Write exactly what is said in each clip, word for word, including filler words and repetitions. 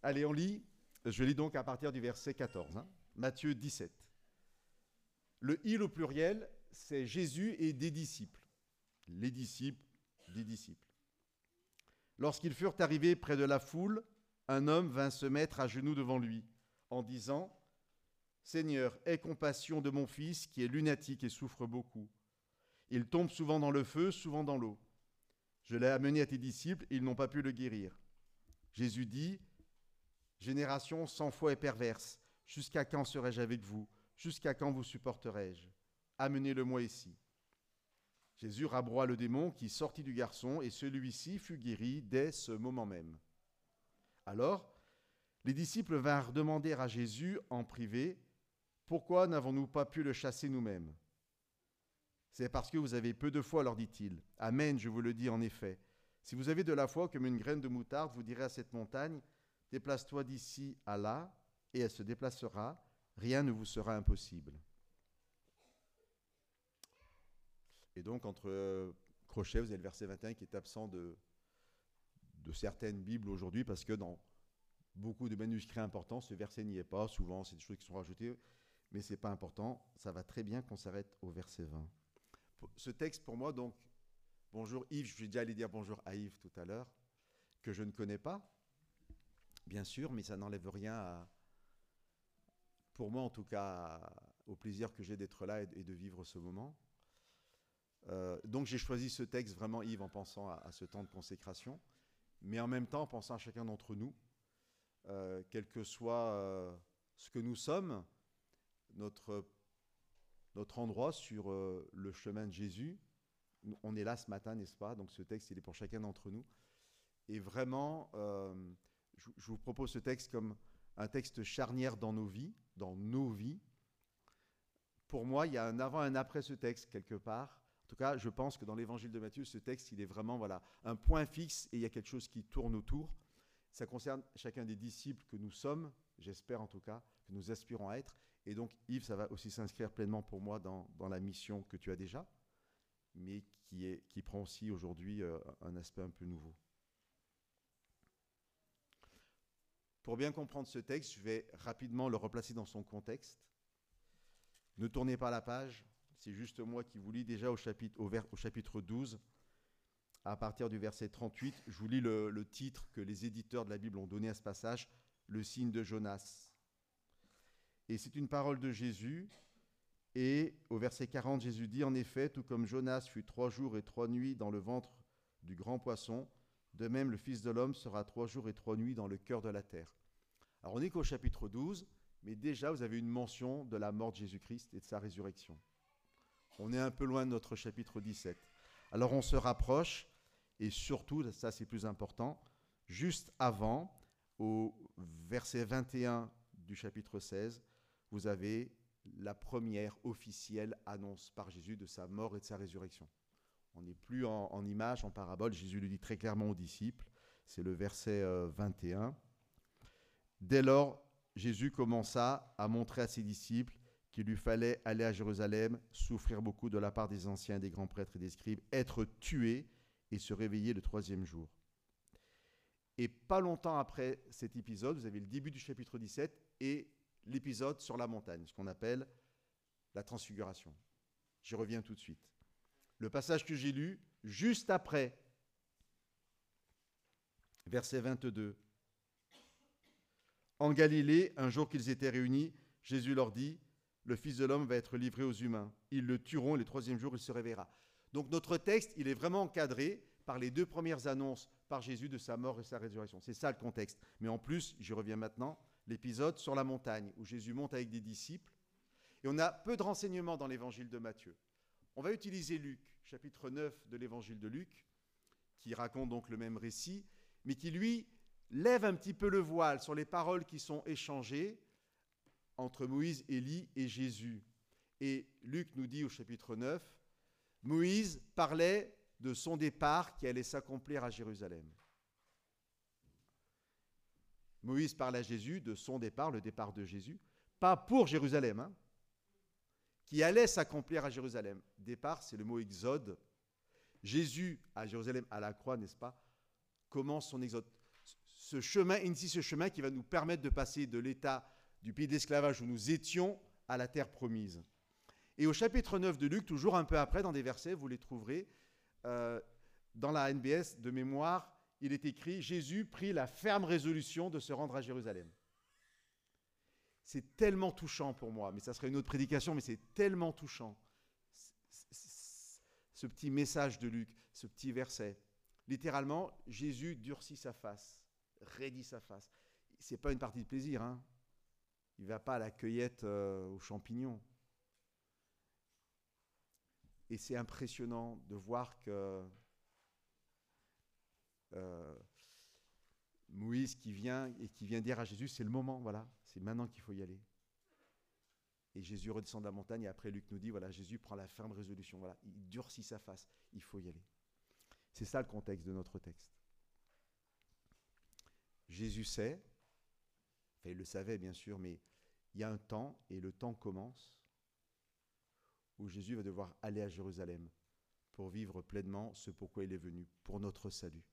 Allez, on lit. Je lis donc à partir du verset quatorze. Hein, Matthieu dix-sept. Le « il » au pluriel, c'est Jésus et des disciples. Les disciples, des disciples. Lorsqu'ils furent arrivés près de la foule, un homme vint se mettre à genoux devant lui, en disant « Seigneur, aie compassion de mon fils qui est lunatique et souffre beaucoup. Il tombe souvent dans le feu, souvent dans l'eau. Je l'ai amené à tes disciples et ils n'ont pas pu le guérir. » Jésus dit « Génération sans foi et perverse, jusqu'à quand serai-je avec vous? Jusqu'à quand vous supporterai-je? Amenez-le-moi ici. » Jésus rabroie le démon qui sortit du garçon et celui-ci fut guéri dès ce moment même. Alors, les disciples vinrent demander à Jésus en privé « Pourquoi n'avons-nous pas pu le chasser nous-mêmes » ? C'est parce que vous avez peu de foi, leur dit-il. Amen, je vous le dis en effet. Si vous avez de la foi comme une graine de moutarde, vous direz à cette montagne « Déplace-toi d'ici à là » et elle se déplacera. Rien ne vous sera impossible. Et donc, entre euh, crochets, vous avez le verset vingt et un qui est absent de, de certaines Bibles aujourd'hui parce que dans beaucoup de manuscrits importants, ce verset n'y est pas. Souvent, c'est des choses qui sont rajoutées, mais ce n'est pas important. Ça va très bien qu'on s'arrête au verset vingt. Ce texte, pour moi, donc, bonjour Yves, je vais déjà aller dire bonjour à Yves tout à l'heure, que je ne connais pas, bien sûr, mais ça n'enlève rien à, pour moi en tout cas, au plaisir que j'ai d'être là et de vivre ce moment. Euh, donc j'ai choisi ce texte vraiment, Yves, en pensant à, à ce temps de consécration, mais en même temps en pensant à chacun d'entre nous, euh, quel que soit euh, ce que nous sommes, notre, notre endroit sur euh, le chemin de Jésus. On est là ce matin, n'est-ce pas? Donc ce texte, il est pour chacun d'entre nous. Et vraiment, euh, je, je vous propose ce texte comme un texte charnière dans nos vies, dans nos vies. Pour moi, il y a un avant et un après ce texte, quelque part. En tout cas, je pense que dans l'évangile de Matthieu, ce texte, il est vraiment voilà, un point fixe et il y a quelque chose qui tourne autour. Ça concerne chacun des disciples que nous sommes, j'espère en tout cas, que nous aspirons à être. Et donc, Yves, ça va aussi s'inscrire pleinement pour moi dans, dans la mission que tu as déjà, mais qui, est, qui prend aussi aujourd'hui euh, un aspect un peu nouveau. Pour bien comprendre ce texte, je vais rapidement le replacer dans son contexte. Ne tournez pas la page, c'est juste moi qui vous lis déjà au chapitre, au vers, au chapitre douze, à partir du verset trente-huit. Je vous lis le, le titre que les éditeurs de la Bible ont donné à ce passage, « Le signe de Jonas ». Et c'est une parole de Jésus. Et au verset quarante, Jésus dit « En effet, tout comme Jonas fut trois jours et trois nuits dans le ventre du grand poisson, de même le Fils de l'homme sera trois jours et trois nuits dans le cœur de la terre. » Alors on n'est qu'au chapitre douze, mais déjà vous avez une mention de la mort de Jésus-Christ et de sa résurrection. On est un peu loin de notre chapitre dix-sept. Alors on se rapproche, et surtout, ça c'est plus important, juste avant, au verset vingt et un du chapitre seize, vous avez la première officielle annonce par Jésus de sa mort et de sa résurrection. On n'est plus en, en image, en parabole. Jésus le dit très clairement aux disciples. C'est le verset euh, vingt et un. Dès lors, Jésus commença à montrer à ses disciples qu'il lui fallait aller à Jérusalem, souffrir beaucoup de la part des anciens, des grands prêtres et des scribes, être tué et se réveiller le troisième jour. Et pas longtemps après cet épisode, vous avez le début du chapitre dix-sept et l'épisode sur la montagne, ce qu'on appelle la transfiguration. J'y reviens tout de suite. Le passage que j'ai lu, juste après, verset vingt-deux. En Galilée, un jour qu'ils étaient réunis, Jésus leur dit, « Le Fils de l'homme va être livré aux humains. Ils le tueront et le troisième jour, il se réveillera. » Donc notre texte, il est vraiment encadré par les deux premières annonces par Jésus de sa mort et sa résurrection. C'est ça le contexte. Mais en plus, j'y reviens maintenant, l'épisode sur la montagne, où Jésus monte avec des disciples. Et on a peu de renseignements dans l'évangile de Matthieu. On va utiliser Luc, chapitre neuf de l'évangile de Luc, qui raconte donc le même récit, mais qui, lui, lève un petit peu le voile sur les paroles qui sont échangées entre Moïse, Élie et Jésus. Et Luc nous dit au chapitre neuf, Moïse parlait de son départ qui allait s'accomplir à Jérusalem. Moïse parle à Jésus de son départ, le départ de Jésus, pas pour Jérusalem, hein, qui allait s'accomplir à Jérusalem. Départ, c'est le mot exode. Jésus à Jérusalem, à la croix, n'est-ce pas, commence son exode. ce chemin, initie ce chemin qui va nous permettre de passer de l'état du pays d'esclavage où nous étions à la terre promise. Et au chapitre neuf de Luc, toujours un peu après, dans des versets, vous les trouverez, euh, dans la N B S de mémoire, il est écrit « Jésus prit la ferme résolution de se rendre à Jérusalem ». C'est tellement touchant pour moi, mais ça serait une autre prédication, mais c'est tellement touchant. Ce petit message de Luc, ce petit verset. Littéralement, Jésus durcit sa face, raidit sa face. Ce n'est pas une partie de plaisir, hein. Il ne va pas à la cueillette euh, aux champignons. Et c'est impressionnant de voir que euh, Moïse qui vient et qui vient dire à Jésus, c'est le moment, voilà, c'est maintenant qu'il faut y aller. Et Jésus redescend de la montagne et après Luc nous dit, voilà, Jésus prend la ferme résolution, voilà, il durcit sa face, il faut y aller. C'est ça le contexte de notre texte. Jésus sait, enfin il le savait bien sûr, mais il y a un temps, et le temps commence, où Jésus va devoir aller à Jérusalem pour vivre pleinement ce pourquoi il est venu, pour notre salut.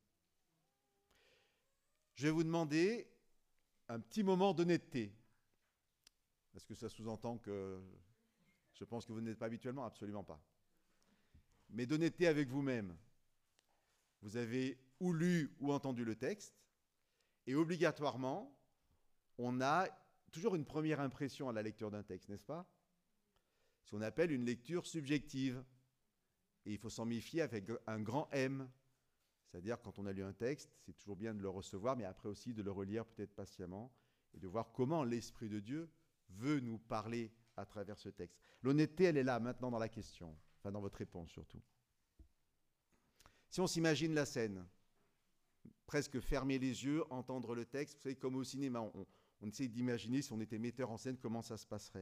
Je vais vous demander un petit moment d'honnêteté. Est-ce que ça sous-entend que je pense que vous n'êtes pas habituellement? Absolument pas. Mais d'honnêteté avec vous-même. Vous avez ou lu ou entendu le texte, et obligatoirement, on a toujours une première impression à la lecture d'un texte, n'est-ce pas? Ce qu'on appelle une lecture subjective. Et il faut s'en méfier avec un grand M. C'est-à-dire, quand on a lu un texte, c'est toujours bien de le recevoir, mais après aussi de le relire peut-être patiemment, et de voir comment l'Esprit de Dieu veut nous parler à travers ce texte. L'honnêteté, elle est là, maintenant, dans la question, enfin dans votre réponse surtout. Si on s'imagine la scène, presque fermer les yeux, entendre le texte, vous savez, comme au cinéma, on, on essaie d'imaginer, si on était metteur en scène, comment ça se passerait.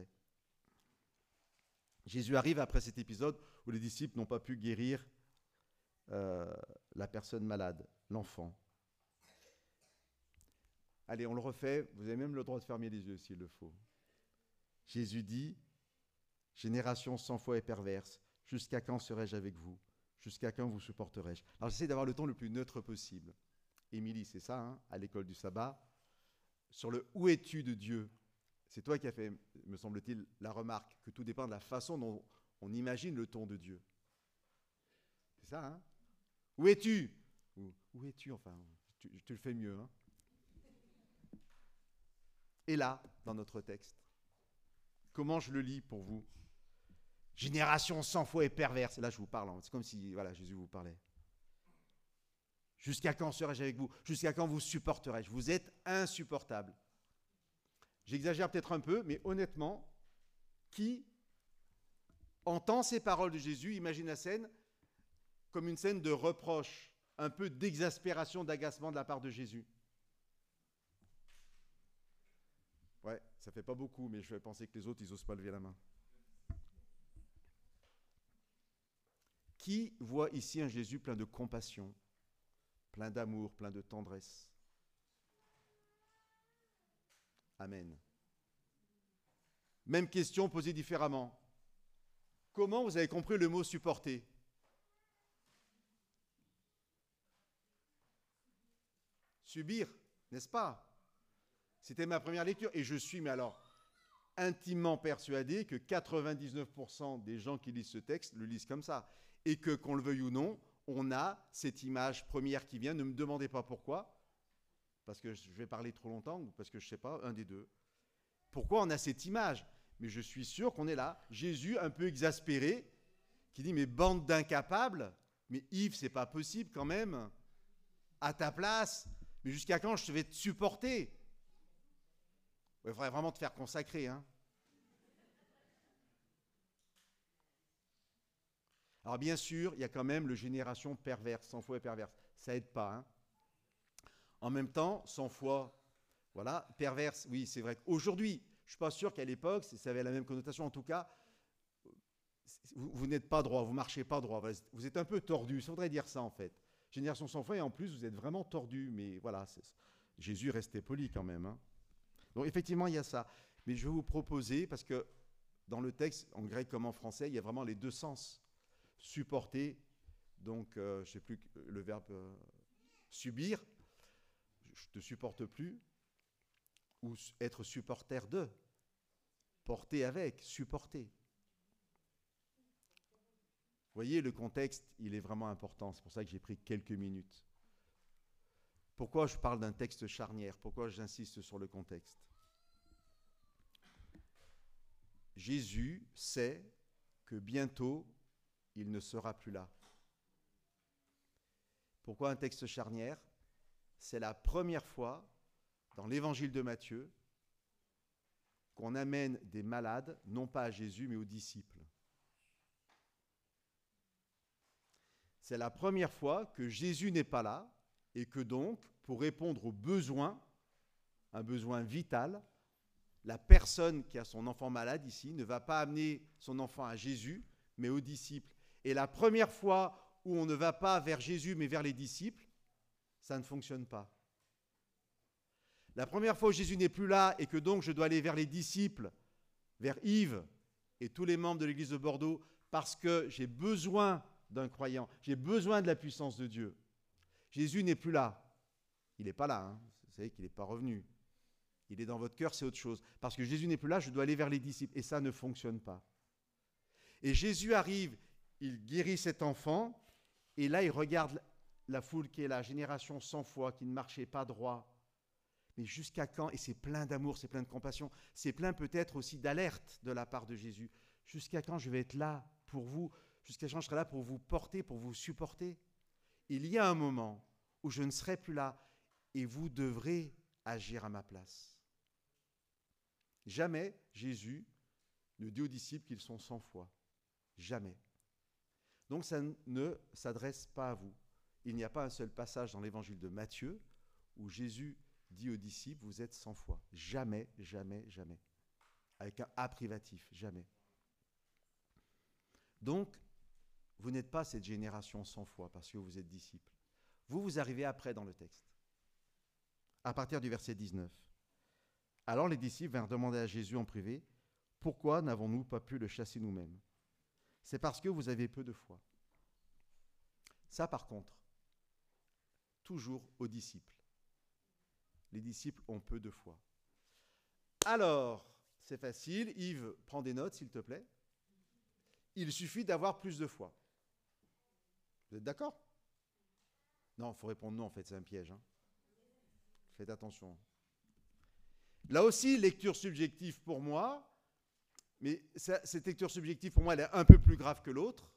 Jésus arrive après cet épisode où les disciples n'ont pas pu guérir euh, la personne malade, l'enfant. Allez, on le refait, vous avez même le droit de fermer les yeux s'il le faut. Jésus dit, « Génération cent fois et perverse, jusqu'à quand serai-je avec vous? Jusqu'à quand vous supporterai-je » Alors j'essaie d'avoir le ton le plus neutre possible. Émilie, c'est ça, hein, à l'école du sabbat. Sur le « Où es-tu de Dieu ?» C'est toi qui as fait, me semble-t-il, la remarque que tout dépend de la façon dont on imagine le ton de Dieu. C'est ça, hein? Où es-tu? Où, où es-tu, enfin, tu, tu le fais mieux, hein? Et là, dans notre texte, comment je le lis pour vous? Génération cent fois et perverse. Et là, je vous parle, hein. C'est comme si voilà, Jésus vous parlait. Jusqu'à quand serai-je avec vous? Jusqu'à quand vous supporterai-je? Vous êtes insupportable. J'exagère peut-être un peu, mais honnêtement, qui entend ces paroles de Jésus, imagine la scène comme une scène de reproche, un peu d'exaspération, d'agacement de la part de Jésus. Ouais, ça fait pas beaucoup, mais je vais penser que les autres, ils n'osent pas lever la main. Qui voit ici un Jésus plein de compassion, plein d'amour, plein de tendresse? Amen. Même question posée différemment. Comment vous avez compris le mot supporter? Subir, n'est-ce pas? C'était ma première lecture et je suis, mais alors, intimement persuadé que quatre-vingt-dix-neuf pour cent des gens qui lisent ce texte le lisent comme ça. Et que, qu'on le veuille ou non, on a cette image première qui vient. Ne me demandez pas pourquoi, parce que je vais parler trop longtemps ou parce que je ne sais pas, un des deux. Pourquoi on a cette image? Mais je suis sûr qu'on est là. Jésus, un peu exaspéré, qui dit, mais bande d'incapables, mais Yves, c'est pas possible quand même, à ta place, mais jusqu'à quand je vais te supporter? Il faudrait vraiment te faire consacrer, hein. Alors bien sûr, il y a quand même le génération perverse, cent fois et perverse. Ça aide pas, hein. En même temps, cent fois, voilà, perverse, oui, c'est vrai qu'aujourd'hui, je ne suis pas sûr qu'à l'époque, ça avait la même connotation. En tout cas, vous, vous n'êtes pas droit, vous ne marchez pas droit. Vous êtes un peu tordu, ça voudrait dire ça en fait. Génération sans foi, et en plus, vous êtes vraiment tordu. Mais voilà, c'est, Jésus restait poli quand même, hein. Donc effectivement, il y a ça. Mais je vais vous proposer, parce que dans le texte, en grec comme en français, il y a vraiment les deux sens. Supporter, donc euh, je ne sais plus le verbe euh, subir. je te supporte plus, ou être supporter de, porter avec, supporter. Vous voyez, le contexte, il est vraiment important. C'est pour ça que j'ai pris quelques minutes. Pourquoi je parle d'un texte charnière? Pourquoi j'insiste sur le contexte? Jésus sait que bientôt, il ne sera plus là. Pourquoi un texte charnière? C'est la première fois dans l'évangile de Matthieu qu'on amène des malades, non pas à Jésus, mais aux disciples. C'est la première fois que Jésus n'est pas là et que donc, pour répondre aux besoins, un besoin vital, la personne qui a son enfant malade ici ne va pas amener son enfant à Jésus, mais aux disciples. Et la première fois où on ne va pas vers Jésus, mais vers les disciples, ça ne fonctionne pas. La première fois où Jésus n'est plus là et que donc je dois aller vers les disciples, vers Yves et tous les membres de l'église de Bordeaux, parce que j'ai besoin d'un croyant, j'ai besoin de la puissance de Dieu. Jésus n'est plus là. Il n'est pas là, hein. Vous savez qu'il n'est pas revenu. Il est dans votre cœur, c'est autre chose. Parce que Jésus n'est plus là, je dois aller vers les disciples. Et ça ne fonctionne pas. Et Jésus arrive, il guérit cet enfant, et là il regarde la foule qui est là, génération sans foi, qui ne marchait pas droit. Mais jusqu'à quand? Et c'est plein d'amour, c'est plein de compassion, c'est plein peut-être aussi d'alerte de la part de Jésus. Jusqu'à quand je vais être là pour vous? Jusqu'à quand je serai là pour vous porter, pour vous supporter? Il y a un moment où je ne serai plus là et vous devrez agir à ma place. Jamais Jésus ne dit aux disciples qu'ils sont sans foi. Jamais. Donc ça ne s'adresse pas à vous. Il n'y a pas un seul passage dans l'évangile de Matthieu où Jésus dit aux disciples, vous êtes sans foi. Jamais, jamais, jamais. Avec un A privatif, jamais. Donc, vous n'êtes pas cette génération sans foi parce que vous êtes disciples. Vous, vous arrivez après dans le texte. À partir du verset dix-neuf. Alors les disciples vinrent demander à Jésus en privé, « Pourquoi n'avons-nous pas pu le chasser nous-mêmes? C'est parce que vous avez peu de foi. » Ça, par contre, toujours aux disciples. Les disciples ont peu de foi. Alors, c'est facile, Yves, prends des notes, s'il te plaît. Il suffit d'avoir plus de foi. Vous êtes d'accord? Non, il faut répondre non, en fait, c'est un piège. Hein. Faites attention. Là aussi, lecture subjective pour moi, mais ça, cette lecture subjective, pour moi, elle est un peu plus grave que l'autre.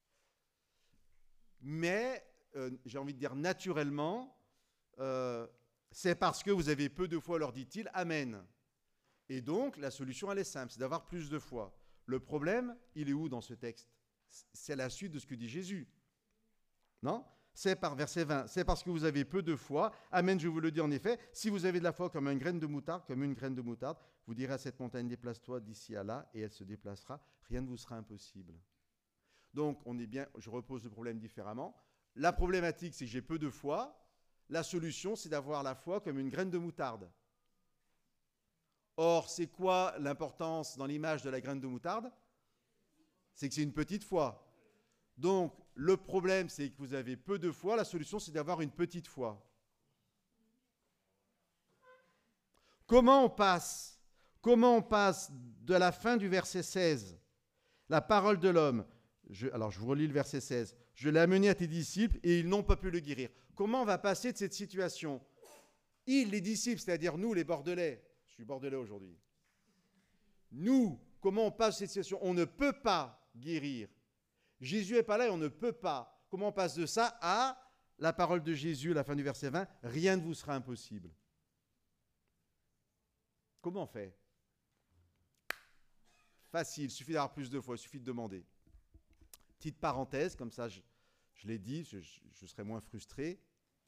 Mais, euh, j'ai envie de dire naturellement, euh, c'est parce que vous avez peu de foi, leur dit-il, amen. Et donc, la solution, elle est simple, c'est d'avoir plus de foi. Le problème, il est où dans ce texte? C'est la suite de ce que dit Jésus. Non? C'est par verset vingt, c'est parce que vous avez peu de foi. Amen, je vous le dis en effet. Si vous avez de la foi comme une graine de moutarde, comme une graine de moutarde, vous direz à cette montagne, déplace-toi d'ici à là, et elle se déplacera. Rien ne vous sera impossible. Donc, on est bien, je repose le problème différemment. La problématique, c'est que j'ai peu de foi. La solution, c'est d'avoir la foi comme une graine de moutarde. Or, c'est quoi l'importance dans l'image de la graine de moutarde? C'est que c'est une petite foi. Donc, le problème, c'est que vous avez peu de foi. La solution, c'est d'avoir une petite foi. Comment on passe, comment on passe de la fin du verset seize, la parole de l'homme, je, alors je vous relis le verset seize, je l'ai amené à tes disciples et ils n'ont pas pu le guérir. Comment on va passer de cette situation? Ils, les disciples, c'est-à-dire nous, les Bordelais, je suis Bordelais aujourd'hui, nous, comment on passe de cette situation? On ne peut pas guérir. Jésus n'est pas là et on ne peut pas. Comment on passe de ça à la parole de Jésus, la fin du verset vingt, rien ne vous sera impossible. Comment on fait? Facile, il suffit d'avoir plus de foi, il suffit de demander. Petite parenthèse, comme ça je, je l'ai dit, je, je serai moins frustré.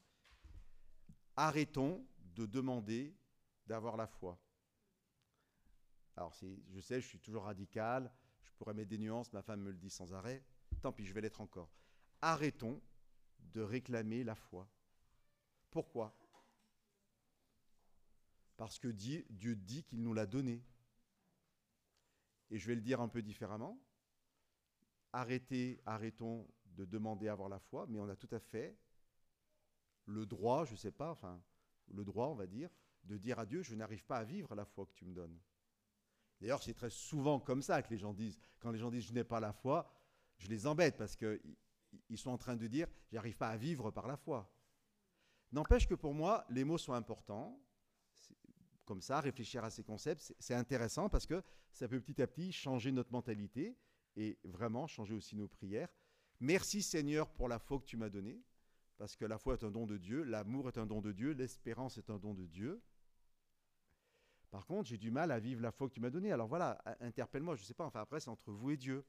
Arrêtons de demander d'avoir la foi. Alors je sais, je suis toujours radical, je pourrais mettre des nuances, ma femme me le dit sans arrêt. Tant pis, je vais l'être encore. Arrêtons de réclamer la foi. Pourquoi? Parce que Dieu dit qu'il nous l'a donnée. Et je vais le dire un peu différemment. Arrêtez, arrêtons de demander à avoir la foi, mais on a tout à fait le droit, je ne sais pas, enfin, le droit, on va dire, de dire à Dieu, je n'arrive pas à vivre la foi que tu me donnes. D'ailleurs, c'est très souvent comme ça que les gens disent. Quand les gens disent, je n'ai pas la foi, je les embête parce qu'ils sont en train de dire, j'arrive pas à vivre par la foi. N'empêche que pour moi, les mots sont importants. Comme ça, réfléchir à ces concepts, c'est intéressant parce que ça peut petit à petit changer notre mentalité et vraiment changer aussi nos prières. Merci Seigneur pour la foi que tu m'as donnée, parce que la foi est un don de Dieu, l'amour est un don de Dieu, l'espérance est un don de Dieu. Par contre, j'ai du mal à vivre la foi que tu m'as donnée. Alors voilà, interpelle-moi, je ne sais pas, enfin après c'est entre vous et Dieu.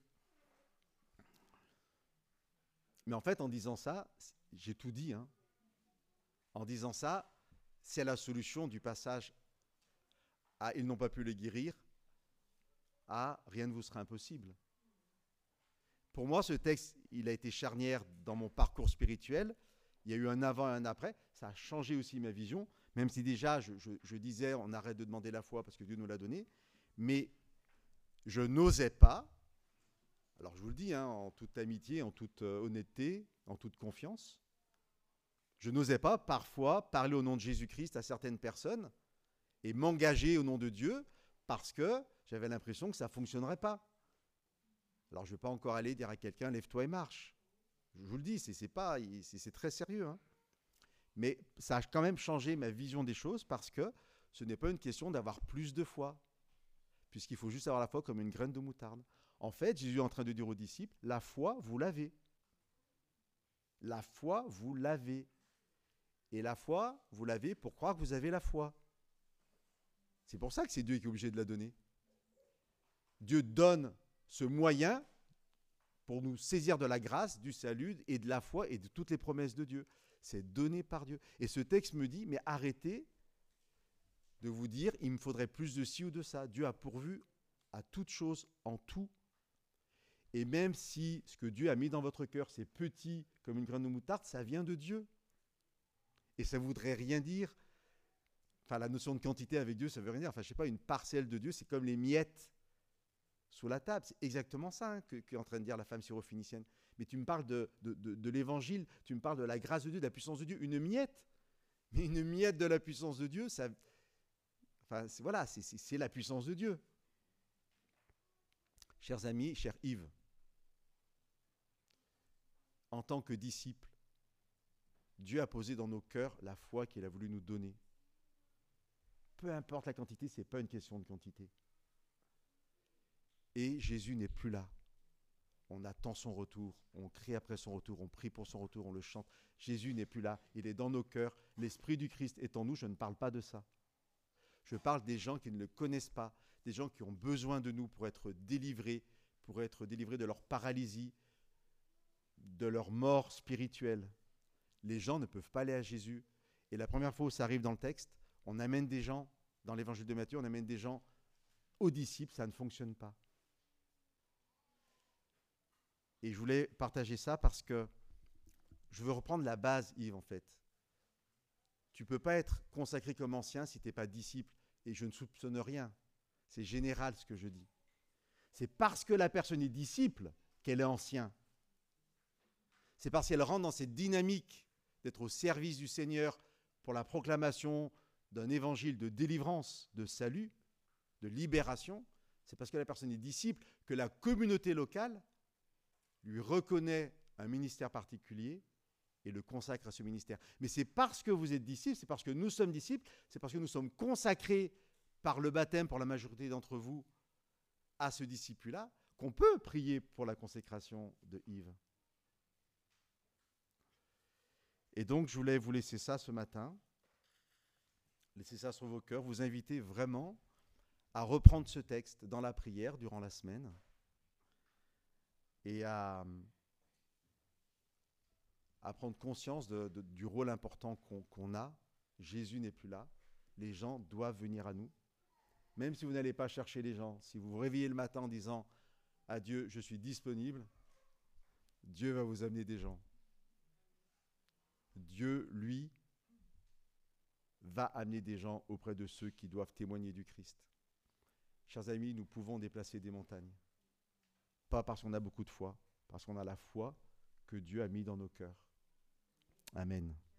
Mais en fait, en disant ça, j'ai tout dit. Hein. En disant ça, c'est la solution du passage à « ils n'ont pas pu le guérir » à « rien ne vous sera impossible ». Pour moi, ce texte, il a été charnière dans mon parcours spirituel. Il y a eu un avant et un après. Ça a changé aussi ma vision, même si déjà, je, je, je disais, on arrête de demander la foi parce que Dieu nous l'a donnée. Mais je n'osais pas, alors je vous le dis, hein, en toute amitié, en toute euh, honnêteté, en toute confiance, je n'osais pas parfois parler au nom de Jésus-Christ à certaines personnes et m'engager au nom de Dieu parce que j'avais l'impression que ça ne fonctionnerait pas. Alors je ne vais pas encore aller dire à quelqu'un « lève-toi et marche ». Je vous le dis, c'est pas, c'est très sérieux. Hein. Mais ça a quand même changé ma vision des choses parce que ce n'est pas une question d'avoir plus de foi, puisqu'il faut juste avoir la foi comme une graine de moutarde. En fait, Jésus est en train de dire aux disciples, la foi, vous l'avez. La foi, vous l'avez. Et la foi, vous l'avez pour croire que vous avez la foi. C'est pour ça que c'est Dieu qui est obligé de la donner. Dieu donne ce moyen pour nous saisir de la grâce, du salut et de la foi et de toutes les promesses de Dieu. C'est donné par Dieu. Et ce texte me dit, mais arrêtez de vous dire, il me faudrait plus de ci ou de ça. Dieu a pourvu à toute chose, en tout. Et même si ce que Dieu a mis dans votre cœur, c'est petit comme une graine de moutarde, ça vient de Dieu. Et ça ne voudrait rien dire. Enfin, la notion de quantité avec Dieu, ça ne veut rien dire. Enfin, je ne sais pas, une parcelle de Dieu, c'est comme les miettes sous la table. C'est exactement ça hein, qu'est en train de dire la femme syrophénicienne. Mais tu me parles de, de, de, de l'évangile, tu me parles de la grâce de Dieu, de la puissance de Dieu. Une miette, mais une miette de la puissance de Dieu, ça, enfin, voilà, c'est la puissance de Dieu. Chers amis, cher Yves, en tant que disciples, Dieu a posé dans nos cœurs la foi qu'il a voulu nous donner. Peu importe la quantité, ce n'est pas une question de quantité. Et Jésus n'est plus là. On attend son retour, on crie après son retour, on prie pour son retour, on le chante. Jésus n'est plus là, il est dans nos cœurs. L'Esprit du Christ est en nous, je ne parle pas de ça. Je parle des gens qui ne le connaissent pas, des gens qui ont besoin de nous pour être délivrés, pour être délivrés de leur paralysie, de leur mort spirituelle. Les gens ne peuvent pas aller à Jésus. Et la première fois où ça arrive dans le texte, on amène des gens, dans l'évangile de Matthieu, on amène des gens aux disciples, ça ne fonctionne pas. Et je voulais partager ça parce que je veux reprendre la base, Yves, en fait. Tu ne peux pas être consacré comme ancien si tu n'es pas disciple. Et je ne soupçonne rien. C'est général ce que je dis. C'est parce que la personne est disciple qu'elle est ancien. C'est parce qu'elle rentre dans cette dynamique d'être au service du Seigneur pour la proclamation d'un évangile de délivrance, de salut, de libération. C'est parce que la personne est disciple que la communauté locale lui reconnaît un ministère particulier et le consacre à ce ministère. Mais c'est parce que vous êtes disciples, c'est parce que nous sommes disciples, c'est parce que nous sommes consacrés par le baptême pour la majorité d'entre vous à ce disciple-là qu'on peut prier pour la consécration de Yves. Et donc, je voulais vous laisser ça ce matin, laisser ça sur vos cœurs, vous inviter vraiment à reprendre ce texte dans la prière durant la semaine et à, à prendre conscience de, de, du rôle important qu'on qu'on a. Jésus n'est plus là. Les gens doivent venir à nous. Même si vous n'allez pas chercher les gens, si vous vous réveillez le matin en disant à Dieu, je suis disponible, Dieu va vous amener des gens. Dieu, lui, va amener des gens auprès de ceux qui doivent témoigner du Christ. Chers amis, nous pouvons déplacer des montagnes. Pas parce qu'on a beaucoup de foi, parce qu'on a la foi que Dieu a mis dans nos cœurs. Amen.